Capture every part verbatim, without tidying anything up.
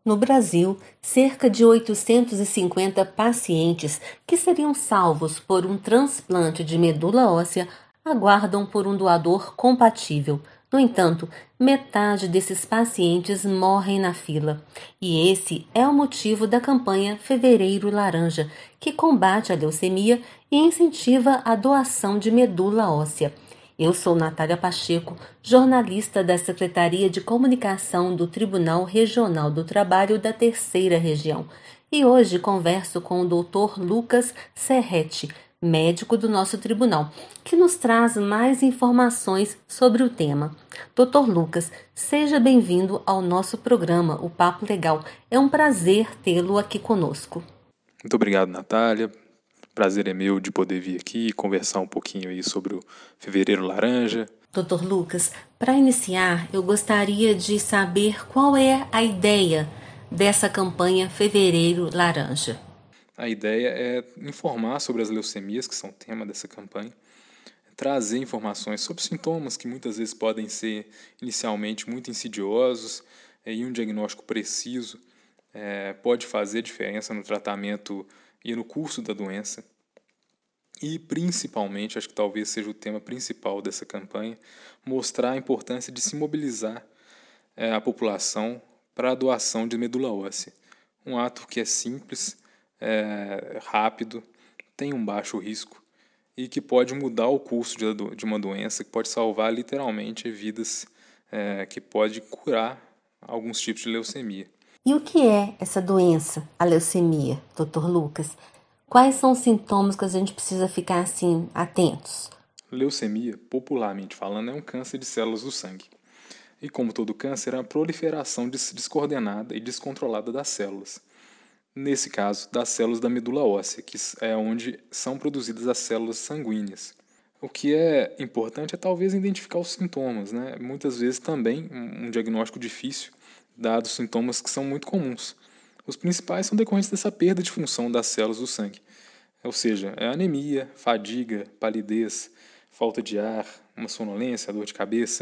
No Brasil, cerca de oitocentos e cinquenta pacientes que seriam salvos por um transplante de medula óssea aguardam por um doador compatível. No entanto, metade desses pacientes morrem na fila. E esse é o motivo da campanha Fevereiro Laranja, que combate a leucemia e incentiva a doação de medula óssea. Eu sou Natália Pacheco, jornalista da Secretaria de Comunicação do Tribunal Regional do Trabalho da Terceira Região, e hoje converso com o doutor Lucas Serretti, médico do nosso tribunal, que nos traz mais informações sobre o tema. doutor Lucas, seja bem-vindo ao nosso programa, o Papo Legal. É um prazer tê-lo aqui conosco. Muito obrigado, Natália. Prazer é meu de poder vir aqui e conversar um pouquinho aí sobre o Fevereiro Laranja. doutor Lucas, para iniciar, eu gostaria de saber qual é a ideia dessa campanha Fevereiro Laranja. A ideia é informar sobre as leucemias, que são o tema dessa campanha, trazer informações sobre sintomas que muitas vezes podem ser inicialmente muito insidiosos e um diagnóstico preciso é, pode fazer diferença no tratamento e no curso da doença. E, principalmente, acho que talvez seja o tema principal dessa campanha, mostrar a importância de se mobilizar é, a população para a doação de medula óssea. Um ato que é simples, é, rápido, tem um baixo risco e que pode mudar o curso de, de uma doença, que pode salvar literalmente vidas, é, que pode curar alguns tipos de leucemia. E o que é essa doença, a leucemia, doutor Lucas? Quais são os sintomas que a gente precisa ficar assim atentos? Leucemia, popularmente falando, é um câncer de células do sangue. E como todo câncer, é a proliferação descoordenada e descontrolada das células. Nesse caso, das células da medula óssea, que é onde são produzidas as células sanguíneas. O que é importante é talvez identificar os sintomas, né? Muitas vezes também um diagnóstico difícil, dados sintomas que são muito comuns. Os principais são decorrentes dessa perda de função das células do sangue. Ou seja, é anemia, fadiga, palidez, falta de ar, uma sonolência, dor de cabeça,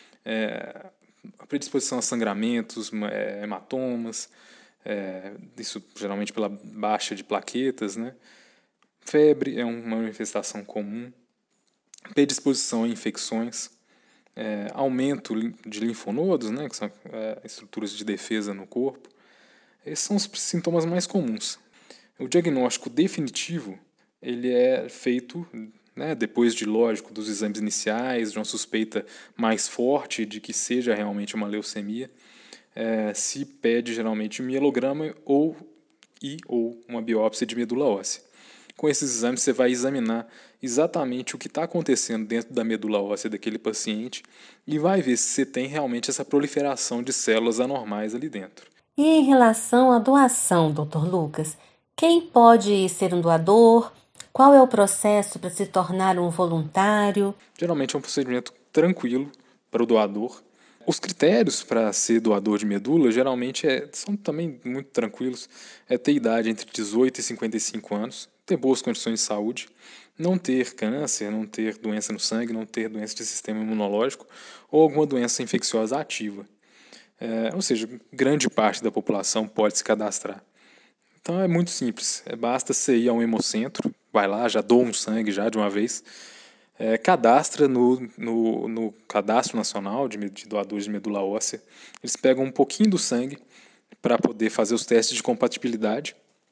é, a predisposição a sangramentos, é, hematomas, é, isso geralmente pela baixa de plaquetas, né? Febre é uma manifestação comum, predisposição a infecções, é, aumento de linfonodos, né, que são é, estruturas de defesa no corpo. Esses são os sintomas mais comuns. O diagnóstico definitivo ele é feito, né, depois de, lógico, dos exames iniciais, de uma suspeita mais forte de que seja realmente uma leucemia. É, se pede geralmente um mielograma ou, e, ou uma biópsia de medula óssea. Com esses exames você vai examinar exatamente o que está acontecendo dentro da medula óssea daquele paciente e vai ver se você tem realmente essa proliferação de células anormais ali dentro. E em relação à doação, doutor Lucas, quem pode ser um doador? Qual é o processo para se tornar um voluntário? Geralmente é um procedimento tranquilo para o doador. Os critérios para ser doador de medula geralmente é, são também muito tranquilos. É ter idade entre dezoito e cinquenta e cinco anos, ter boas condições de saúde, não ter câncer, não ter doença no sangue, não ter doença de sistema imunológico ou alguma doença infecciosa ativa. É, ou seja, grande parte da população pode se cadastrar. Então é muito simples, é, basta você ir a um hemocentro, vai lá, já doa um sangue já de uma vez, é, cadastra no, no, no Cadastro Nacional de, de Doadores de Medula Óssea. Eles pegam um pouquinho do sangue para poder fazer os testes de compatibilidade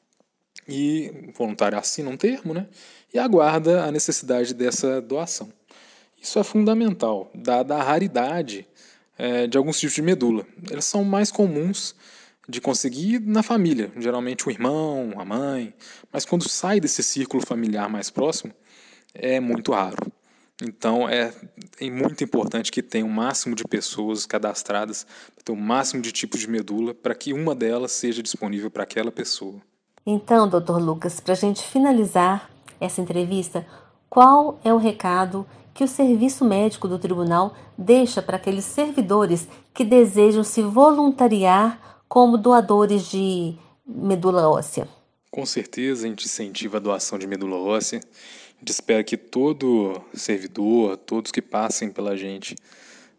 e o voluntário assina um termo, né, e aguarda a necessidade dessa doação. Isso é fundamental, dada a raridade é, de alguns tipos de medula. Eles são mais comuns de conseguir na família, geralmente o irmão, a mãe, mas quando sai desse círculo familiar mais próximo, é muito raro. Então é, é muito importante que tenha o máximo de pessoas cadastradas, ter o máximo de tipos de medula, para que uma delas seja disponível para aquela pessoa. Então, doutor Lucas, para a gente finalizar essa entrevista, qual é o recado que o serviço médico do tribunal deixa para aqueles servidores que desejam se voluntariar como doadores de medula óssea? Com certeza a gente incentiva a doação de medula óssea. A gente espera que todo servidor, todos que passem pela gente,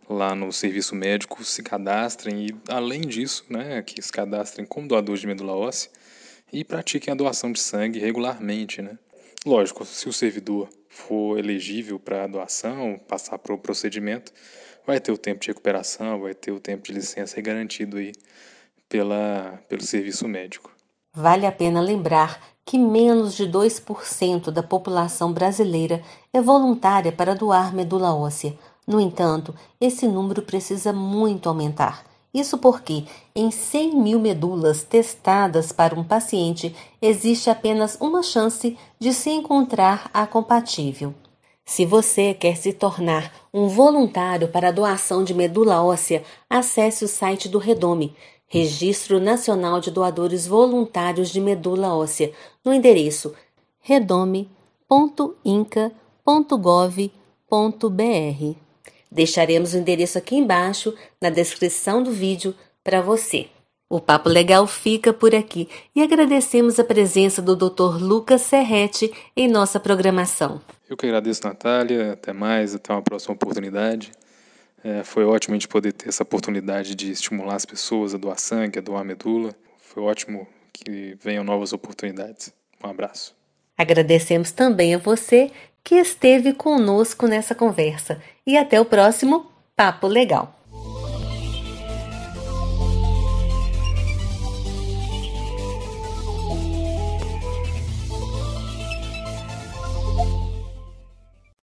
lá no serviço médico se cadastrem e, além disso, né, que se cadastrem como doadores de medula óssea e pratiquem a doação de sangue regularmente, né? Lógico, se o servidor for elegível para a doação, passar por um procedimento, vai ter o tempo de recuperação, vai ter o tempo de licença garantido aí pela, pelo serviço médico. Vale a pena lembrar que menos de dois por cento da população brasileira é voluntária para doar medula óssea. No entanto, esse número precisa muito aumentar. Isso porque, em cem mil medulas testadas para um paciente, existe apenas uma chance de se encontrar a compatível. Se você quer se tornar um voluntário para a doação de medula óssea, acesse o site do Redome, Registro Nacional de Doadores Voluntários de Medula Óssea, no endereço redome ponto inca ponto gov ponto br. Deixaremos o endereço aqui embaixo na descrição do vídeo para você. O Papo Legal fica por aqui e agradecemos a presença do doutor Lucas Serretti em nossa programação. Eu que agradeço, Natália. Até mais, até uma próxima oportunidade. É, foi ótimo a gente poder ter essa oportunidade de estimular as pessoas a doar sangue, a doar medula. Foi ótimo que venham novas oportunidades. Um abraço. Agradecemos também a você que esteve conosco nessa conversa. E até o próximo Papo Legal.